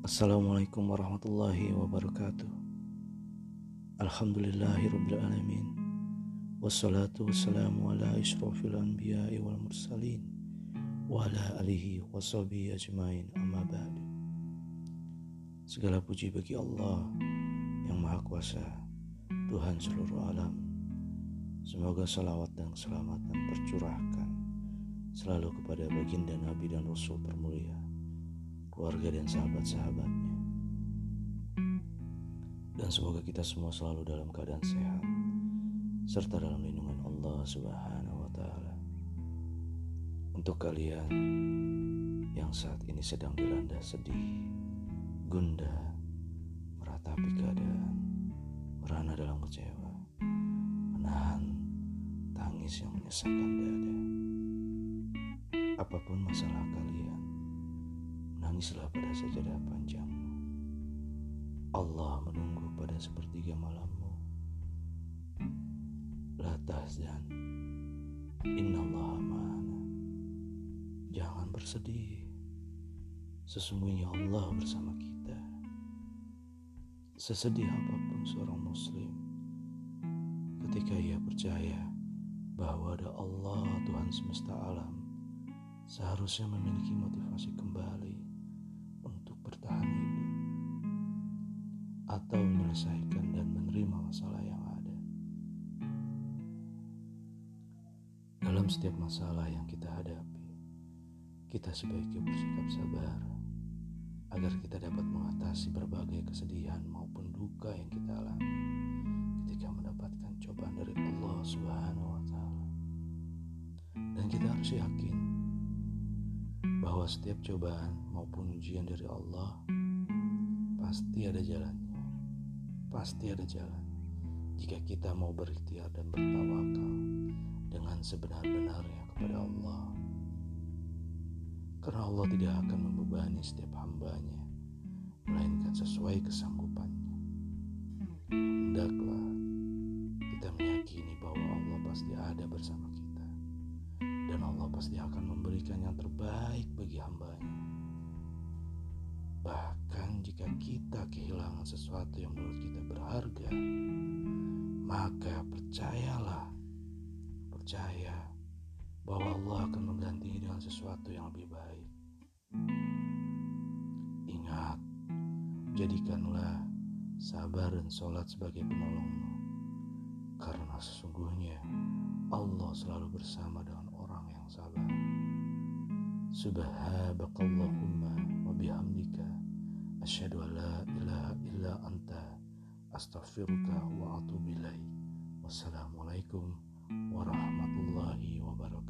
Assalamualaikum warahmatullahi wabarakatuh. Alhamdulillahirrabbilalamin. Wassalatu wassalamu ala isyrafil anbiya'i wal mursalin wa ala alihi wa sahbihi ajmain, amma ba'du. Segala puji bagi Allah yang Maha Kuasa, Tuhan seluruh alam. Semoga salawat dan keselamatan tercurahkan selalu kepada baginda Nabi dan Rasul termulia, keluarga dan sahabat-sahabatnya. Dan semoga kita semua selalu dalam keadaan sehat serta dalam lindungan Allah Subhanahu wa Ta'ala. Untuk kalian yang saat ini sedang dilanda sedih, gundah, meratapi keadaan, merana dalam kecewa, menahan tangis yang menyesakkan dada, apapun masalah kalian, menangislah pada sajadah panjangmu. Allah menunggu pada sepertiga malammu. La tahzan, innallaha ma'ana. Jangan bersedih, sesungguhnya Allah bersama kita. Sesedih apapun seorang muslim, ketika ia percaya bahwa ada Allah, Tuhan semesta alam, seharusnya memiliki motivasi kembali untuk bertahan hidup atau menyelesaikan dan menerima masalah yang ada. Dalam setiap masalah yang kita hadapi, kita sebaiknya bersikap sabar agar kita dapat mengatasi berbagai kesedihan maupun duka yang kita alami ketika mendapatkan cobaan dari Allah Subhanahu wa Ta'ala. Dan kita harus yakin bahwa setiap cobaan maupun ujian dari Allah pasti ada jalannya, pasti ada jalan jika kita mau berikhtiar dan bertawakal dengan sebenar-benarnya kepada Allah. Karena Allah tidak akan membebani setiap hambanya, melainkan sesuai kesanggupannya. Hendaklah kita meyakini bahwa Allah pasti ada bersama kita, dan Allah pasti akan memberikan yang terbaik bagi hambanya. Bahkan jika kita kehilangan sesuatu yang menurut kita berharga, maka percaya bahwa Allah akan menggantinya dengan sesuatu yang lebih baik. Ingat, jadikanlah sabar dan sholat sebagai penolongmu, karena sesungguhnya Allah selalu bersama dengan orang yang sabar. Subhanakallahumma wa bihamdika asyhadu an la ilaha illa anta astaghfiruka wa atubu ilaik. Wassalamualaikum warahmatullahi wabarakatuh.